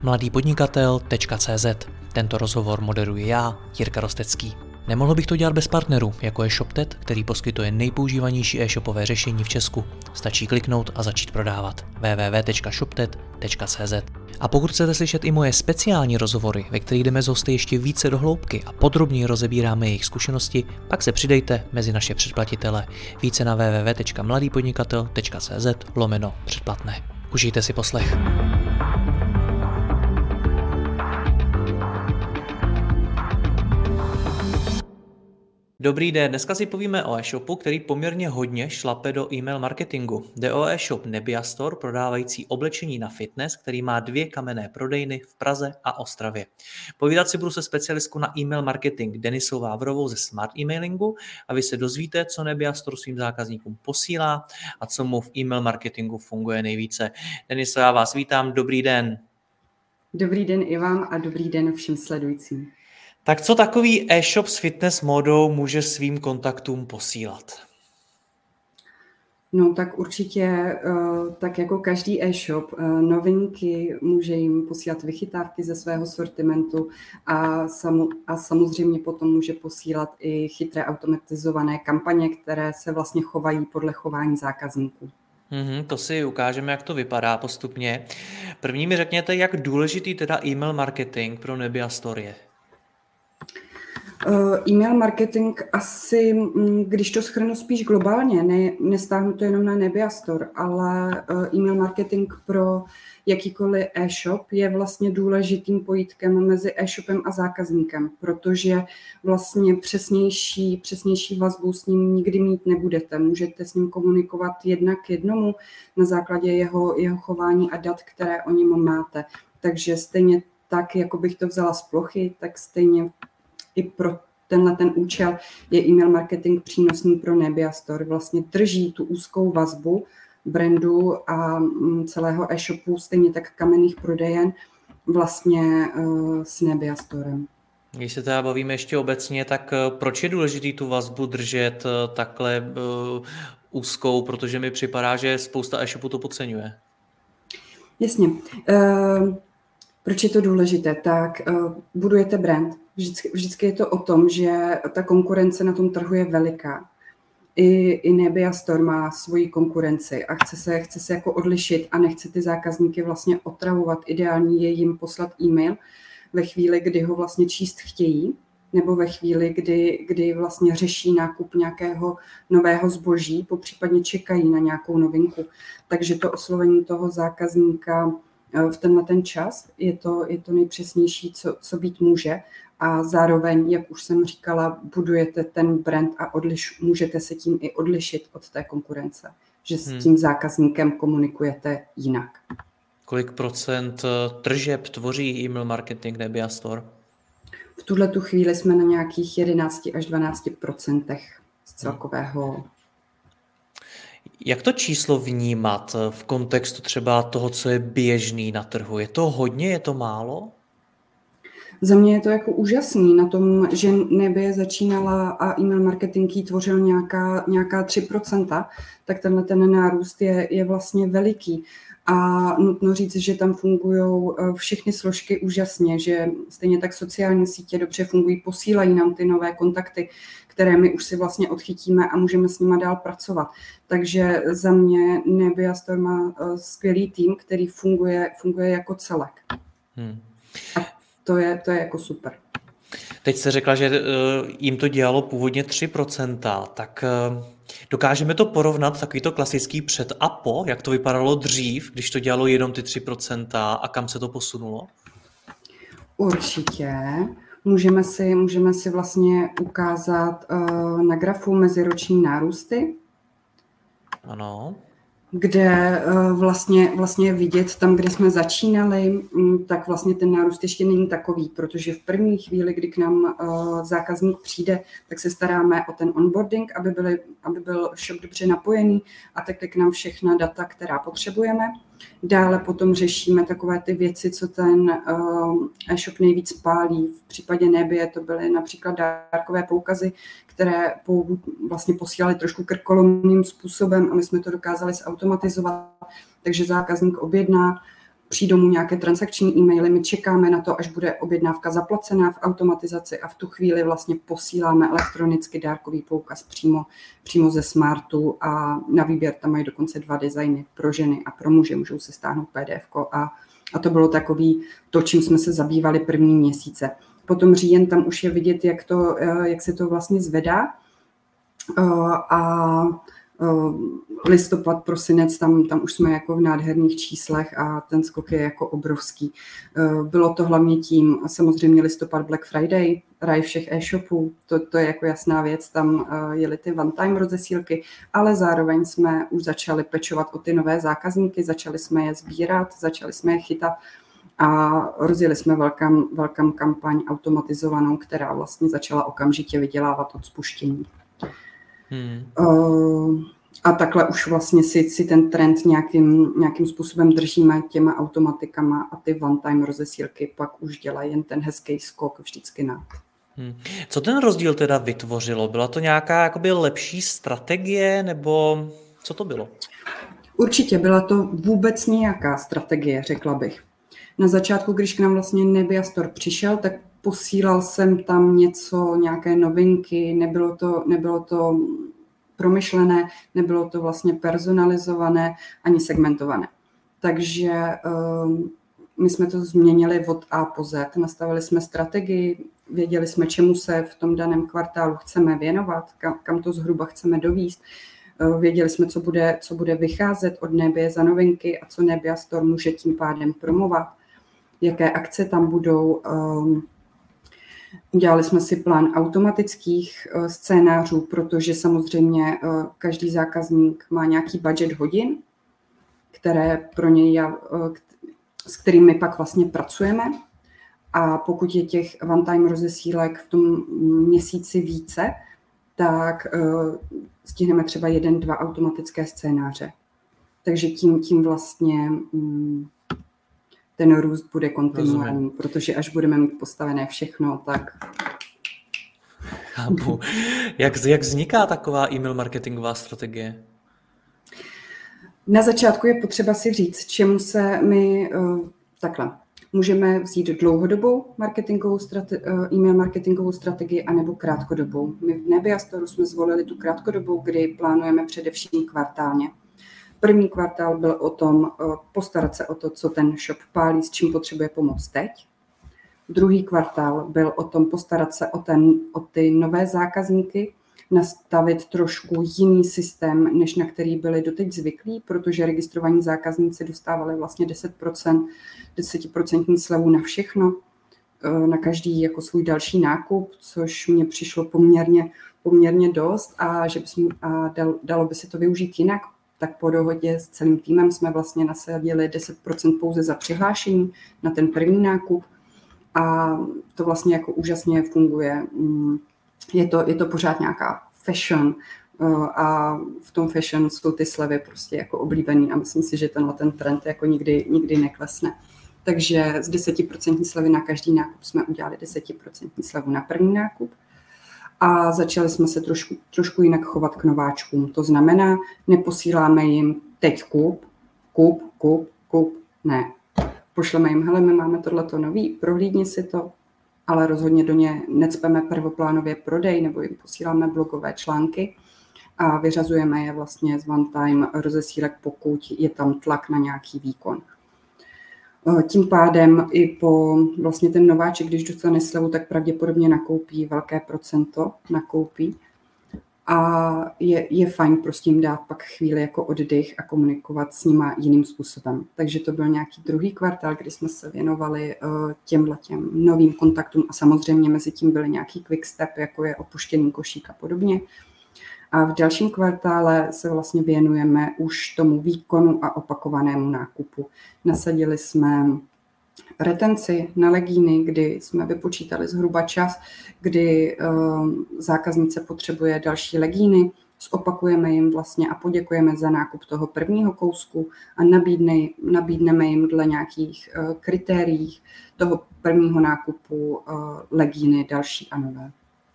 mladýpodnikatel.cz. Tento rozhovor moderuji já, Jirka Rostecký. Nemohl bych to dělat bez partnerů, jako je ShopTet, který poskytuje nejpoužívanější e-shopové řešení v Česku. Stačí kliknout a začít prodávat. www.shoptet.cz. A pokud chcete slyšet i moje speciální rozhovory, ve kterých jdeme z hosty ještě více do hloubky a podrobněji rozebíráme jejich zkušenosti, pak se přidejte mezi naše předplatitele. Více na www.mladýpodnikatel.cz/předplatné. Užijte si poslech. Dobrý den, dneska si povíme o e-shopu, který poměrně hodně šlape do e-mail marketingu. Jde o e-shop Nebiastor, prodávající oblečení na fitness, který má 2 kamenné prodejny v Praze a Ostravě. Povídat si budu se specialistkou na e-mail marketing Denisou Vávrovou ze Smart Emailingu a vy se dozvíte, co Nebiastor svým zákazníkům posílá a co mu v e-mail marketingu funguje nejvíce. Deniso, já vás vítám, dobrý den. Dobrý den i vám a dobrý den všem sledujícím. Tak co takový e-shop s fitness módou může svým kontaktům posílat? No tak určitě, tak jako každý e-shop, novinky, může jim posílat vychytávky ze svého sortimentu a samozřejmě potom může posílat i chytré automatizované kampaně, které se vlastně chovají podle chování zákazníků. To si ukážeme, jak to vypadá postupně. První mi řekněte, jak důležitý teda e-mail marketing pro Nebiastor je? E-mail marketing asi, když to shrnu spíš globálně, nestáhnu to jenom na Nebiastor, ale e-mail marketing pro jakýkoliv e-shop je vlastně důležitým pojítkem mezi e-shopem a zákazníkem, protože vlastně přesnější vazbu s ním nikdy mít nebudete. Můžete s ním komunikovat jednak k jednomu na základě jeho chování a dat, které o něm máte. Takže stejně tak, jako bych to vzala z plochy, tak stejně i pro ten účel je e-mail marketing přínosný pro Nebiastor. Vlastně drží tu úzkou vazbu brandu a celého e-shopu, stejně tak kamenných prodejen vlastně s Nebiastorem. Když se teda bavíme ještě obecně, tak proč je důležitý tu vazbu držet takhle úzkou, protože mi připadá, že spousta e-shopů to podceňuje. Jasně. Proč je to důležité? Tak budujete brand. Vždycky je to o tom, že ta konkurence na tom trhu je veliká. I Nebiastor má svoji konkurenci a chce se jako odlišit a nechce ty zákazníky vlastně otravovat. Ideální je jim poslat e-mail ve chvíli, kdy ho vlastně číst chtějí, nebo ve chvíli, kdy vlastně řeší nákup nějakého nového zboží, popřípadně čekají na nějakou novinku. Takže to oslovení toho zákazníka v ten čas je to nejpřesnější, co být může. A zároveň, jak už jsem říkala, budujete ten brand a můžete se tím i odlišit od té konkurence, že s tím zákazníkem komunikujete jinak. Kolik procent tržeb tvoří e-mail marketing Nebiastor? V tuhletu chvíli jsme na nějakých 11 až 12% z celkového. Jak to číslo vnímat v kontextu třeba toho, co je běžný na trhu? Je to hodně, je to málo? Za mě je to jako úžasný na tom, že Nebie začínala a e-mail marketing jí tvořil nějaká 3%, tak ten nárůst je vlastně veliký. A nutno říct, že tam fungují všechny složky úžasně, že stejně tak sociální sítě dobře fungují, posílají nám ty nové kontakty, které my už si vlastně odchytíme a můžeme s nima dál pracovat. Takže za mě Nebiastor má skvělý tým, který funguje jako celek. A to je jako super. Teď jste řekla, že jim to dělalo původně 3%, tak dokážeme to porovnat, takový to klasický před a po, jak to vypadalo dřív, když to dělalo jenom ty 3% a kam se to posunulo? Určitě. Můžeme si vlastně ukázat na grafu meziroční nárůsty. Ano. Kde vlastně vidět tam, kde jsme začínali, tak vlastně ten nárůst ještě není takový, protože v první chvíli, kdy k nám zákazník přijde, tak se staráme o ten onboarding, aby byl shop dobře napojený a takhle k nám všechna data, která potřebujeme. Dále potom řešíme takové ty věci, co ten e-shop nejvíc pálí. V případě Nebie to byly například dárkové poukazy, které vlastně posílali trošku krkolomným způsobem a my jsme to dokázali zautomatizovat, takže zákazník objedná, přijdou mu nějaké transakční e-maily, my čekáme na to, až bude objednávka zaplacená v automatizaci a v tu chvíli vlastně posíláme elektronicky dárkový poukaz přímo ze Smartu a na výběr tam mají dokonce 2 designy pro ženy a pro muže, můžou se stáhnout PDF a to bylo takový to, čím jsme se zabývali první měsíce. Potom říjen tam už je vidět, jak se to vlastně zvedá a listopad, prosinec, tam už jsme jako v nádherných číslech a ten skok je jako obrovský. Bylo to hlavně tím, samozřejmě listopad Black Friday, ráj všech e-shopů, to je jako jasná věc, tam jeli ty one-time rozesílky, ale zároveň jsme už začali pečovat o ty nové zákazníky, začali jsme je sbírat, začali jsme je chytat a rozjeli jsme velkou kampaň automatizovanou, která vlastně začala okamžitě vydělávat od spuštění. A takhle už vlastně si ten trend nějakým způsobem držíme těma automatikama a ty one-time rozesílky pak už dělají jen ten hezký skok vždycky nad. Co ten rozdíl teda vytvořilo? Byla to nějaká jakoby lepší strategie nebo co to bylo? Určitě byla to vůbec nějaká strategie, řekla bych. Na začátku, když k nám vlastně Nebiastor přišel, tak posílal jsem tam nějaké novinky, nebylo to promyšlené, nebylo to vlastně personalizované ani segmentované. Takže my jsme to změnili od A po Z, nastavili jsme strategii, věděli jsme, čemu se v tom daném kvartálu chceme věnovat, kam to zhruba chceme dovízt. Věděli jsme, co bude vycházet od Nebie za novinky a co Nebiastor může tím pádem promovat, jaké akce tam budou. Udělali jsme si plán automatických scénářů, protože samozřejmě každý zákazník má nějaký budget hodin, které pro něj, s kterými pak vlastně pracujeme. A pokud je těch one-time rozesílek v tom měsíci více, tak stihneme třeba 1-2 automatické scénáře. Takže tím vlastně ten růst bude kontinuální, protože až budeme mít postavené všechno, tak... Chápu. Jak vzniká taková e-mail marketingová strategie? Na začátku je potřeba si říct, čemu se my takhle můžeme vzít dlouhodobou e-mail marketingovou strategii anebo krátkodobou. My v Nebiastoru jsme zvolili tu krátkodobou, kdy plánujeme především kvartálně. První kvartál byl o tom postarat se o to, co ten shop pálí, s čím potřebuje pomoct teď. Druhý kvartál byl o tom postarat se o ty nové zákazníky, nastavit trošku jiný systém, než na který byli doteď zvyklí, protože registrovaní zákazníci dostávali vlastně 10% slevu na všechno, na každý jako svůj další nákup, což mně přišlo poměrně dost a dalo by se to využít jinak. Tak po dohodě s celým týmem jsme vlastně nasadili 10% pouze za přihlášení na ten první nákup a to vlastně jako úžasně funguje. Je to pořád nějaká fashion a v tom fashion jsou ty slevy prostě jako oblíbený a myslím si, že ten trend jako nikdy neklesne. Takže z 10% slevy na každý nákup jsme udělali 10% slevu na první nákup. A začali jsme se trošku jinak chovat k nováčkům. To znamená, neposíláme jim teď kup, ne. Pošleme jim, hele, my máme tohleto nový, prohlídni si to, ale rozhodně do ně necpeme prvoplánově prodej, nebo jim posíláme blogové články a vyřazujeme je vlastně z one-time rozesílek, pokud je tam tlak na nějaký výkon. Tím pádem i po vlastně ten nováček, když dostane slevu, tak pravděpodobně nakoupí velké procento, a je fajn prostě jim dát pak chvíli jako oddych a komunikovat s nima jiným způsobem. Takže to byl nějaký druhý kvartál, kdy jsme se věnovali těm novým kontaktům a samozřejmě mezi tím byly nějaký quick step, jako je opuštěný košík a podobně. A v dalším kvartále se vlastně věnujeme už tomu výkonu a opakovanému nákupu. Nasadili jsme retenci na legíny, kdy jsme vypočítali zhruba čas, kdy zákaznice potřebuje další legíny, zopakujeme jim vlastně a poděkujeme za nákup toho prvního kousku a nabídneme jim dle nějakých kritérií toho prvního nákupu legíny další a nové.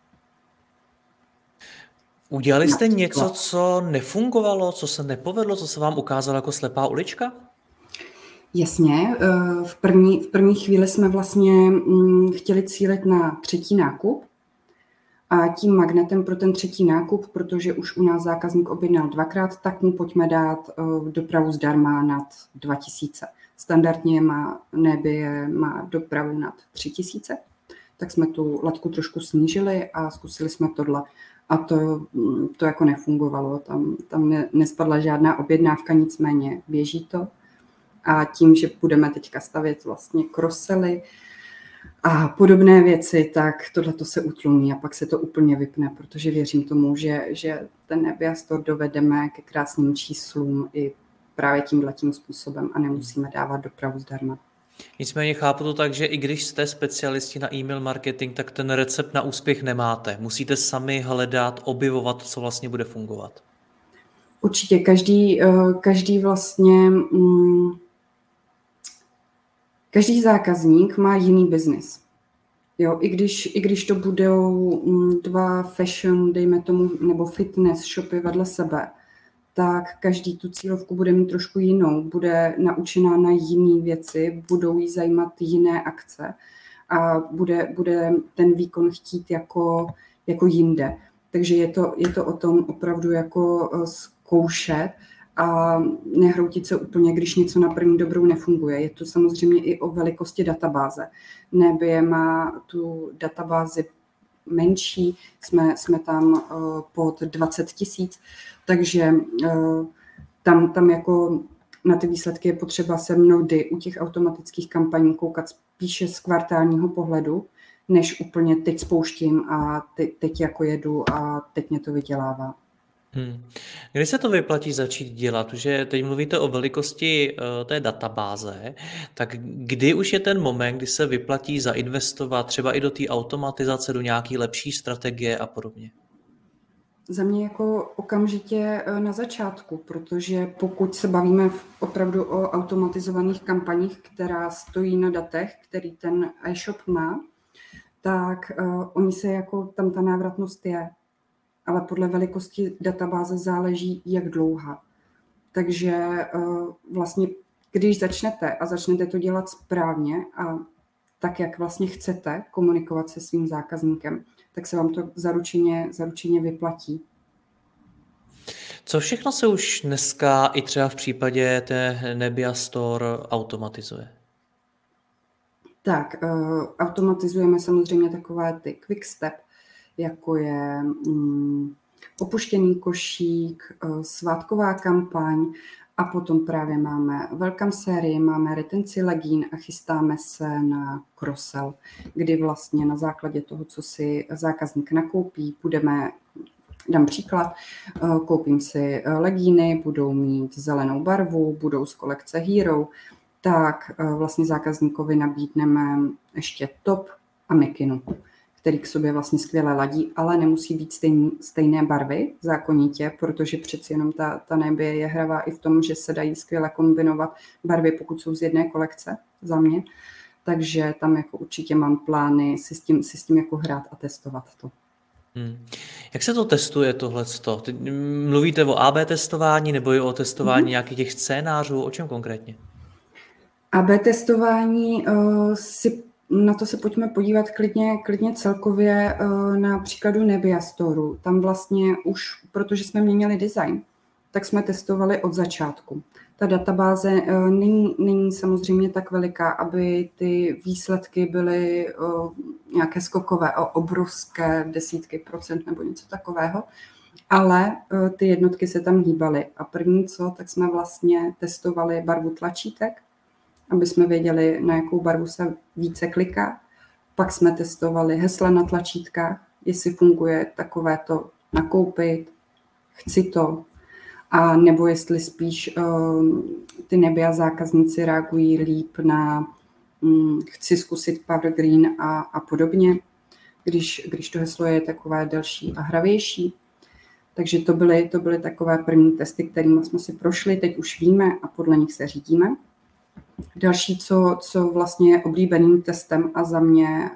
Udělali jste něco, co nefungovalo, co se nepovedlo, co se vám ukázalo jako slepá ulička? Jasně, v první chvíli jsme vlastně chtěli cílit na třetí nákup a tím magnetem pro ten třetí nákup, protože už u nás zákazník objednal dvakrát, tak mu pojďme dát dopravu zdarma nad 2000. Standardně má dopravu nad 3000, tak jsme tu latku trošku snížili a zkusili jsme tohle. A to jako nefungovalo, tam nespadla žádná objednávka, nicméně běží to. A tím, že budeme teďka stavět vlastně krosely a podobné věci, tak tohleto se utlumí a pak se to úplně vypne, protože věřím tomu, že ten Nebiastor dovedeme ke krásným číslům i právě tímhletím způsobem a nemusíme dávat dopravu zdarma. Nicméně chápu to tak, že i když jste specialisti na e-mail marketing, tak ten recept na úspěch nemáte. Musíte sami hledat, objevovat, co vlastně bude fungovat. Určitě, každý vlastně... Každý zákazník má jiný biznis. Jo, i když to budou dva fashion, dejme tomu, nebo fitness shopy vedle sebe, tak každý tu cílovku bude mít trošku jinou, bude naučená na jiné věci, budou jí zajímat jiné akce a bude ten výkon chtít jako jinde. Takže je to o tom opravdu jako zkoušet a nehroutit se úplně, když něco na první dobrou nefunguje. Je to samozřejmě i o velikosti databáze. Nebie má tu databázi menší, jsme tam pod 20 000, takže tam jako na ty výsledky je potřeba se mnohdy u těch automatických kampaní koukat spíše z kvartálního pohledu, než úplně teď spouštím a teď jako jedu a teď mě to vydělává. Kdy se to vyplatí začít dělat? Že teď mluvíte o velikosti té databáze, tak kdy už je ten moment, kdy se vyplatí zainvestovat třeba i do té automatizace, do nějaké lepší strategie a podobně? Za mě jako okamžitě na začátku, protože pokud se bavíme opravdu o automatizovaných kampaních, která stojí na datech, který ten e-shop má, tak oni se jako tam ta návratnost je. Ale podle velikosti databáze záleží, jak dlouhá. Takže vlastně, když začnete to dělat správně a tak, jak vlastně chcete komunikovat se svým zákazníkem, tak se vám to zaručeně vyplatí. Co všechno se už dneska i třeba v případě té Nebiastor automatizuje? Tak, automatizujeme samozřejmě takové ty quick step, jako je opuštěný košík, svátková kampaň a potom právě máme welcome sérii, máme retenci legín a chystáme se na cross-sell, kdy vlastně na základě toho, co si zákazník nakoupí, dám příklad, koupím si legíny, budou mít zelenou barvu, budou z kolekce Hero, tak vlastně zákazníkovi nabídneme ještě top a mikinu, který k sobě vlastně skvěle ladí, ale nemusí být stejné barvy zákonitě, protože přeci jenom ta Nebie je hravá i v tom, že se dají skvěle kombinovat barvy, pokud jsou z jedné kolekce za mě. Takže tam jako určitě mám plány si s tím jako hrát a testovat to. Jak se to testuje tohleto? Mluvíte o AB testování nebo i o testování nějakých těch scénářů? O čem konkrétně? AB testování na to se pojďme podívat klidně celkově na příkladu Nebiastoru. Tam vlastně už, protože jsme měnili design, tak jsme testovali od začátku. Ta databáze není samozřejmě tak veliká, aby ty výsledky byly nějaké skokové, obrovské desítky procent nebo něco takového, ale ty jednotky se tam hýbaly. A první tak jsme vlastně testovali barvu tlačítek, aby jsme věděli, na jakou barvu se více kliká. Pak jsme testovali hesla na tlačítkách, jestli funguje takovéto nakoupit, chci to, a nebo jestli spíš ty Nebia zákazníci reagují líp na chci zkusit Power Green a podobně, když to heslo je takové delší a hravější. Takže to byly takové první testy, kterými jsme si prošli, teď už víme a podle nich se řídíme. Další, co vlastně je oblíbeným testem a za mě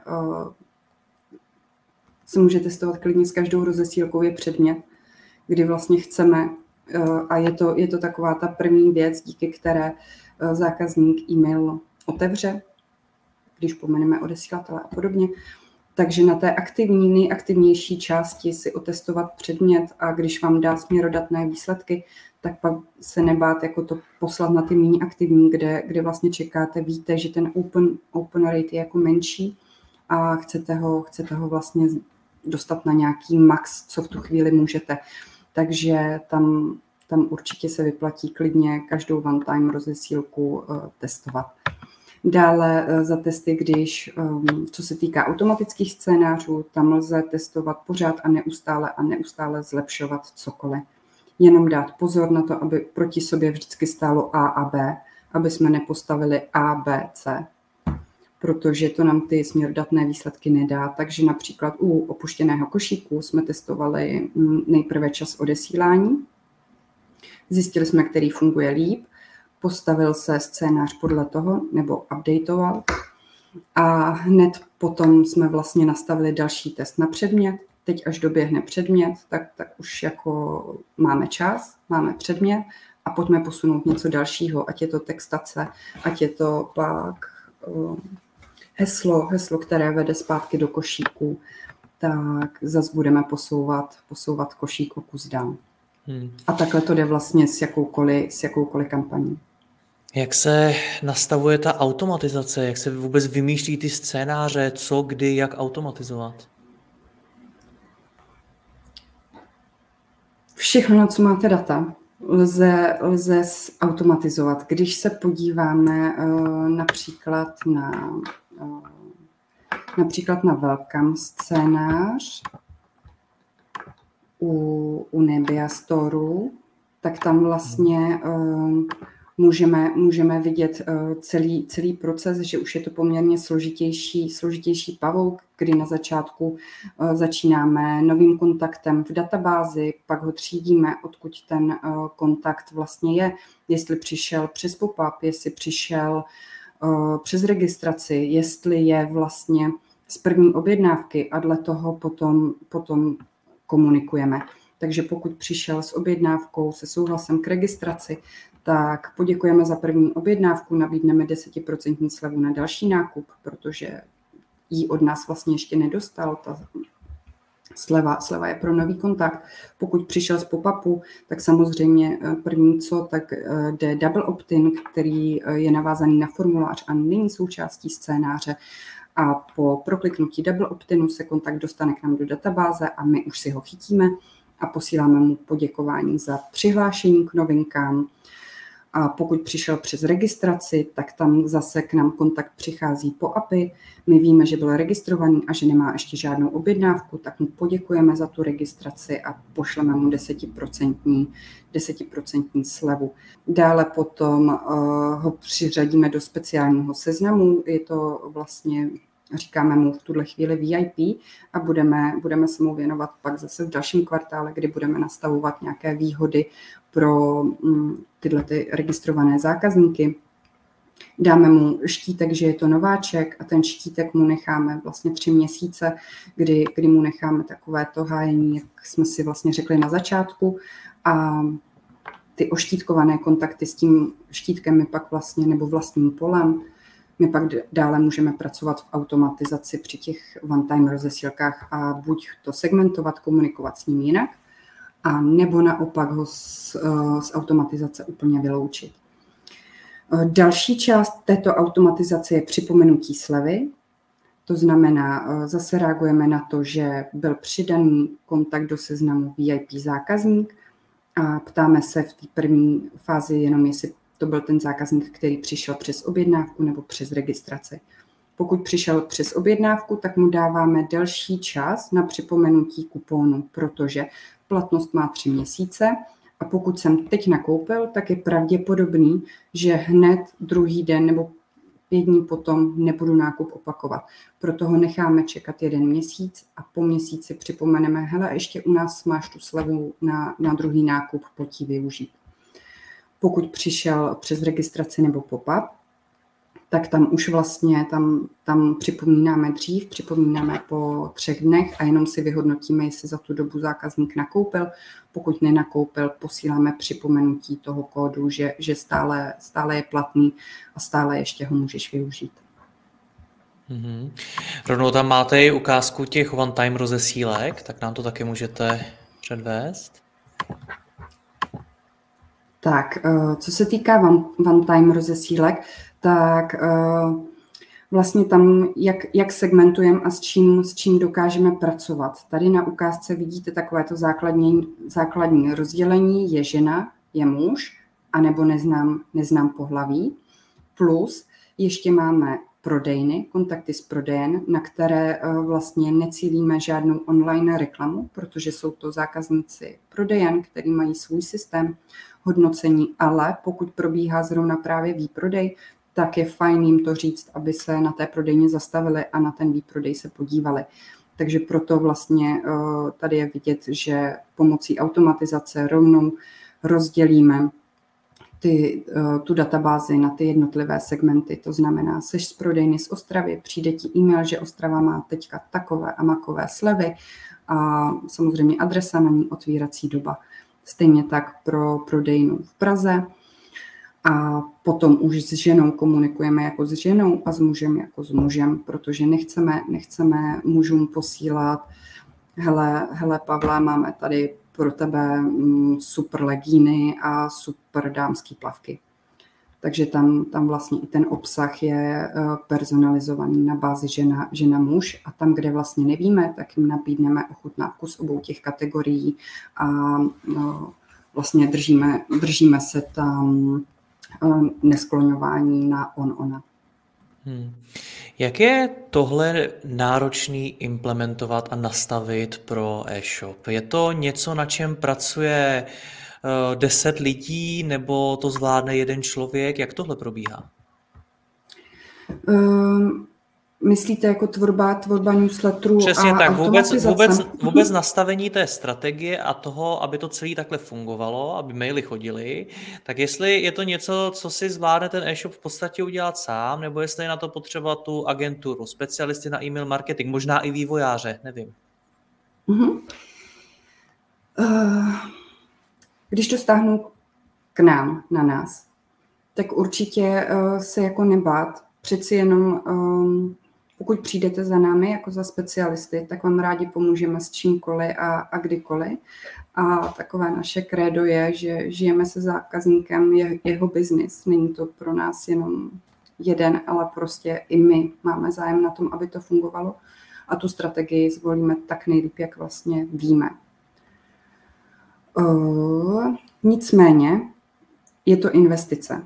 se může testovat klidně s každou rozesílkou, je předmět, kdy vlastně chceme, a je to taková ta první věc, díky které zákazník e-mail otevře, když pomeneme odesílatele a podobně. Takže na té nejaktivnější části si otestovat předmět a když vám dá směrodatné výsledky, tak pak se nebát jako to poslat na ty méně aktivní, kde vlastně čekáte, víte, že ten open rate je jako menší a chcete ho vlastně dostat na nějaký max, co v tu chvíli můžete. Takže tam určitě se vyplatí klidně každou one-time rozesílku testovat. Dále za testy, co se týká automatických scénářů, tam lze testovat pořád a neustále zlepšovat cokoliv. Jenom dát pozor na to, aby proti sobě vždycky stálo A a B, aby jsme nepostavili A, B, C, protože to nám ty směrodatné výsledky nedá. Takže například u opuštěného košíku jsme testovali nejprve čas odesílání, zjistili jsme, který funguje líp, postavil se scénář podle toho, nebo updateoval a hned potom jsme vlastně nastavili další test na předmět. Teď až doběhne předmět, tak už jako máme čas, máme předmět a pojďme posunout něco dalšího, ať je to textace, ať je to pak heslo, které vede zpátky do košíku, tak zase budeme posouvat košík o kus dál. A takhle to jde vlastně s jakoukoliv kampaní. Jak se nastavuje ta automatizace? Jak se vůbec vymýšlí ty scénáře? Co, kdy, jak automatizovat? Všechno, na co máte data, lze automatizovat. Když se podíváme například na welcome scénář u Nebiastoru, tak tam vlastně můžeme vidět celý proces, že už je to poměrně složitější pavouk, kdy na začátku začínáme novým kontaktem v databázi, pak ho třídíme, odkud ten kontakt vlastně je, jestli přišel přes pop-up, jestli přišel přes registraci, jestli je vlastně z první objednávky a dle toho potom komunikujeme. Takže pokud přišel s objednávkou, se souhlasem k registraci, tak poděkujeme za první objednávku, nabídneme 10% slevu na další nákup, protože ji od nás vlastně ještě nedostal. Ta sleva je pro nový kontakt. Pokud přišel z pop-upu, tak samozřejmě první tak jde double opt-in, který je navázaný na formulář a není součástí scénáře. A po prokliknutí double opt-inu se kontakt dostane k nám do databáze a my už si ho chytíme a posíláme mu poděkování za přihlášení k novinkám. A pokud přišel přes registraci, tak tam zase k nám kontakt přichází po API. My víme, že byl registrovaný a že nemá ještě žádnou objednávku, tak mu poděkujeme za tu registraci a pošleme mu 10% slevu. Dále potom ho přiřadíme do speciálního seznamu. Je to vlastně, říkáme mu v tuhle chvíli VIP a budeme se mu věnovat pak zase v dalším kvartále, kdy budeme nastavovat nějaké výhody pro tyhle ty registrované zákazníky. Dáme mu štítek, že je to nováček a ten štítek mu necháme vlastně 3 měsíce, kdy mu necháme takové to hájení, jak jsme si vlastně řekli na začátku a ty oštítkované kontakty s tím štítkem my pak vlastně, nebo vlastním polem, my pak dále můžeme pracovat v automatizaci při těch one-time rozesílkách a buď to segmentovat, komunikovat s ním jinak, a nebo naopak ho z automatizace úplně vyloučit. Další část této automatizace je připomenutí slevy. To znamená, zase reagujeme na to, že byl přidaný kontakt do seznamu VIP zákazník a ptáme se v té první fázi jenom, jestli to byl ten zákazník, který přišel přes objednávku nebo přes registraci. Pokud přišel přes objednávku, tak mu dáváme delší čas na připomenutí kupónu, protože platnost má 3 měsíce a pokud jsem teď nakoupil, tak je pravděpodobný, že hned druhý den nebo 5 dní potom nebudu nákup opakovat. Proto ho necháme čekat 1 měsíc a po měsíci připomeneme, hele, ještě u nás máš tu slevu na druhý nákup, pojď ji využít. Pokud přišel přes registraci nebo pop-up, tak tam už vlastně tam připomínáme dřív, připomínáme po 3 dnech a jenom si vyhodnotíme, jestli za tu dobu zákazník nakoupil. Pokud nenakoupil, posíláme připomenutí toho kódu, že stále je platný a stále ještě ho můžeš využít. Mm-hmm. Rovnou tam máte i ukázku těch one-time rozesílek, tak nám to taky můžete předvést. Tak, co se týká one-time rozesílek, tak vlastně tam, jak segmentujeme a s čím dokážeme pracovat. Tady na ukázce vidíte takovéto základní rozdělení, je žena, je muž, anebo neznám pohlaví. Plus ještě máme prodejny, kontakty s prodejen, na které vlastně necílíme žádnou online reklamu, protože jsou to zákazníci prodejen, který mají svůj systém hodnocení, ale pokud probíhá zrovna právě výprodej, tak je fajn jim to říct, aby se na té prodejně zastavili a na ten výprodej se podívali. Takže proto vlastně tady je vidět, že pomocí automatizace rovnou rozdělíme tu databázi na ty jednotlivé segmenty. To znamená, seš z prodejny z Ostravy, přijde ti e-mail, že Ostrava má teďka takové a makové slevy a samozřejmě adresa na ní, otvírací doba. Stejně tak pro prodejnu v Praze. A potom už s ženou komunikujeme jako s ženou a s mužem jako s mužem, protože nechceme mužům posílat hele Pavle, máme tady pro tebe super legíny a super dámský plavky. Takže tam vlastně i ten obsah je personalizovaný na bázi žena-muž a tam, kde vlastně nevíme, tak jim nabídneme ochutnávku z obou těch kategorií a vlastně držíme se tam neskloňování na on-ona. Jak je tohle náročný implementovat a nastavit pro e-shop? Je to něco, na čem pracuje 10 lidí, nebo to zvládne jeden člověk? Jak tohle probíhá? Myslíte jako tvorba newsletterů? Přesně a tak, automatizace? vůbec nastavení té strategie a toho, aby to celé takhle fungovalo, aby maily chodily, tak jestli je to něco, co si zvládne ten e-shop v podstatě udělat sám, nebo jestli je na to potřeba tu agenturu, specialisty na e-mail marketing, možná i vývojáře, nevím. Když to stáhnu k nám, na nás, tak určitě se jako nebát. Přeci jenom pokud přijdete za námi jako za specialisty, tak vám rádi pomůžeme s čímkoliv a kdykoliv. A takové naše krédo je, že žijeme se zákazníkem jeho biznis. Není to pro nás jenom jeden, ale prostě i my máme zájem na tom, aby to fungovalo. A tu strategii zvolíme tak nejlíp, jak vlastně víme. Nicméně je to investice.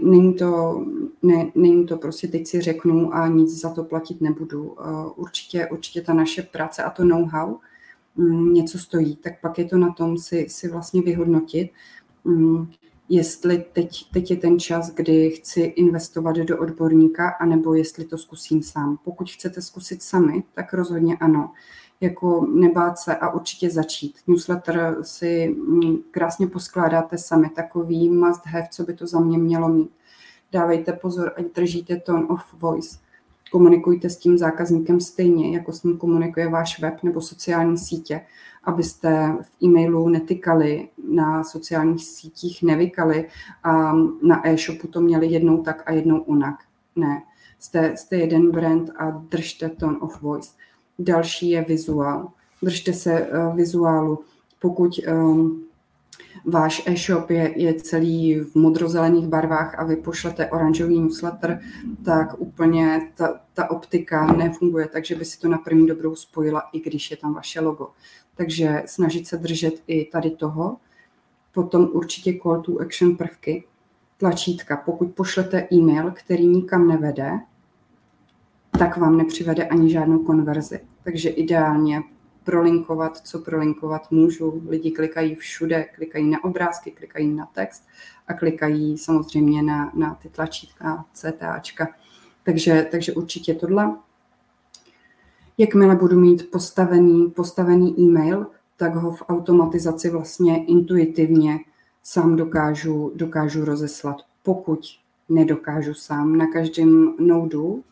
Není to prostě teď si řeknu a nic za to platit nebudu. Určitě ta naše práce a to know-how něco stojí, tak pak je to na tom si vlastně vyhodnotit, jestli teď je ten čas, kdy chci investovat do odborníka, anebo jestli to zkusím sám. Pokud chcete zkusit sami, tak rozhodně ano. Jako nebát se a určitě začít. Newsletter si krásně poskládáte sami, takový must have, co by to za mě mělo mít. Dávejte pozor, ať držíte tone of voice. Komunikujte s tím zákazníkem stejně, jako s ním komunikuje váš web nebo sociální sítě, abyste v e-mailu netykali, na sociálních sítích nevykali a na e-shopu to měli jednou tak a jednou onak. Ne, jste jeden brand a držte tone of voice. Další je vizuál. Držte se vizuálu. Pokud váš e-shop je celý v modrozelených barvách a vy pošlete oranžový newsletter, tak úplně ta optika nefunguje, takže by si to na první dobrou spojila, i když je tam vaše logo. Takže snažit se držet i tady toho. Potom určitě call to action prvky. Tlačítka. Pokud pošlete e-mail, který nikam nevede, tak vám nepřivede ani žádnou konverzi. Takže ideálně prolinkovat, co prolinkovat můžu. Lidi klikají všude, klikají na obrázky, klikají na text a klikají samozřejmě na ty tlačítka, CTAčka. Takže určitě tohle. Jakmile budu mít postavený e-mail, tak ho v automatizaci vlastně intuitivně sám dokážu rozeslat. Pokud nedokážu sám. Na každém nodu,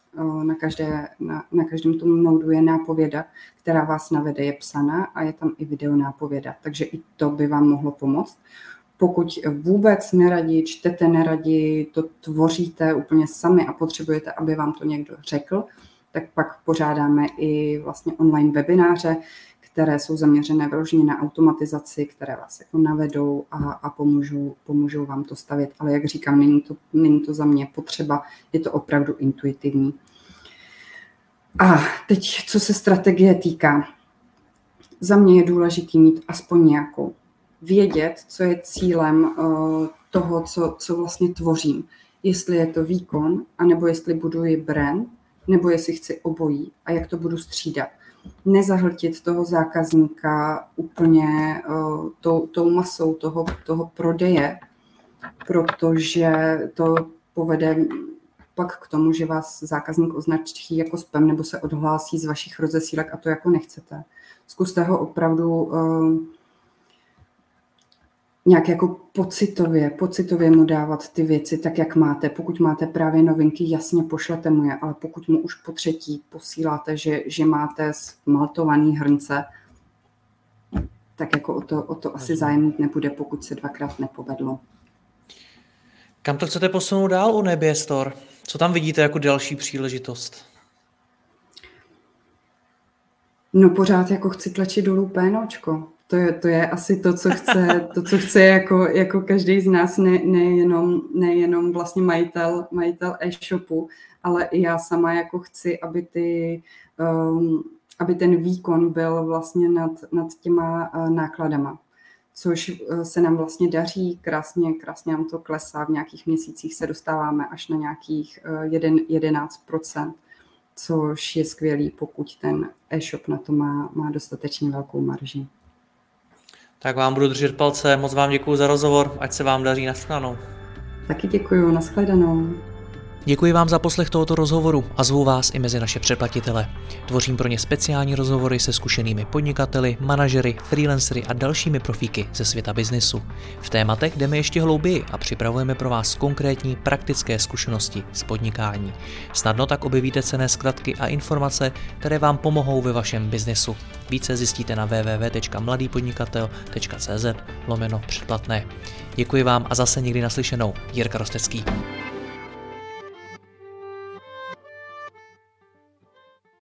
na každém tom nodu je nápověda, která vás navede, je psaná a je tam i video nápověda. Takže i to by vám mohlo pomoct. Pokud vůbec neradi, čtete neradi, to tvoříte úplně sami a potřebujete, aby vám to někdo řekl, tak pak pořádáme i vlastně online webináře, které jsou zaměřené vyloženě na automatizaci, které vás jako navedou a pomůžou vám to stavět. Ale jak říkám, není to za mě potřeba, je to opravdu intuitivní. A teď, co se strategie týká. Za mě je důležité mít aspoň nějakou. Vědět, co je cílem toho, co vlastně tvořím. Jestli je to výkon, anebo jestli buduji brand, nebo jestli chci obojí a jak to budu střídat. Nezahltit toho zákazníka úplně tou masou toho prodeje, protože to povede pak k tomu, že vás zákazník označí jako spam nebo se odhlásí z vašich rozesílek a to jako nechcete. Zkuste ho opravdu nějak jako pocitově mu dávat ty věci tak, jak máte. Pokud máte právě novinky, jasně pošlete mu je, ale pokud mu už po třetí posíláte, že máte smaltovaný hrnce, tak jako o to asi zájem mít nebude, pokud se dvakrát nepovedlo. Kam to chcete posunout dál u Nebiastor? Co tam vidíte jako další příležitost? No pořád jako chci tlačit dolů pénočko. To je asi to, co chce jako každý z nás, nejenom vlastně majitel e-shopu, ale i já sama jako chci, aby ten výkon byl vlastně nad těma nákladama, což se nám vlastně daří, krásně nám to klesá, v nějakých měsících se dostáváme až na nějakých 11%, což je skvělý, pokud ten e-shop na to má dostatečně velkou marži. Tak vám budu držet palce, moc vám děkuji za rozhovor, ať se vám daří, nashledanou. Taky děkuji, nashledanou. Děkuji vám za poslech tohoto rozhovoru a zvu vás i mezi naše předplatitele. Tvořím pro ně speciální rozhovory se zkušenými podnikateli, manažery, freelancery a dalšími profíky ze světa biznesu. V tématech jdeme ještě hlouběji a připravujeme pro vás konkrétní praktické zkušenosti z podnikání. Snadno tak objevíte cenné zkratky a informace, které vám pomohou ve vašem biznesu. Více zjistíte na www.mladýpodnikatel.cz/předplatné. Děkuji vám a zase někdy naslyšenou. Jirka Rostecký.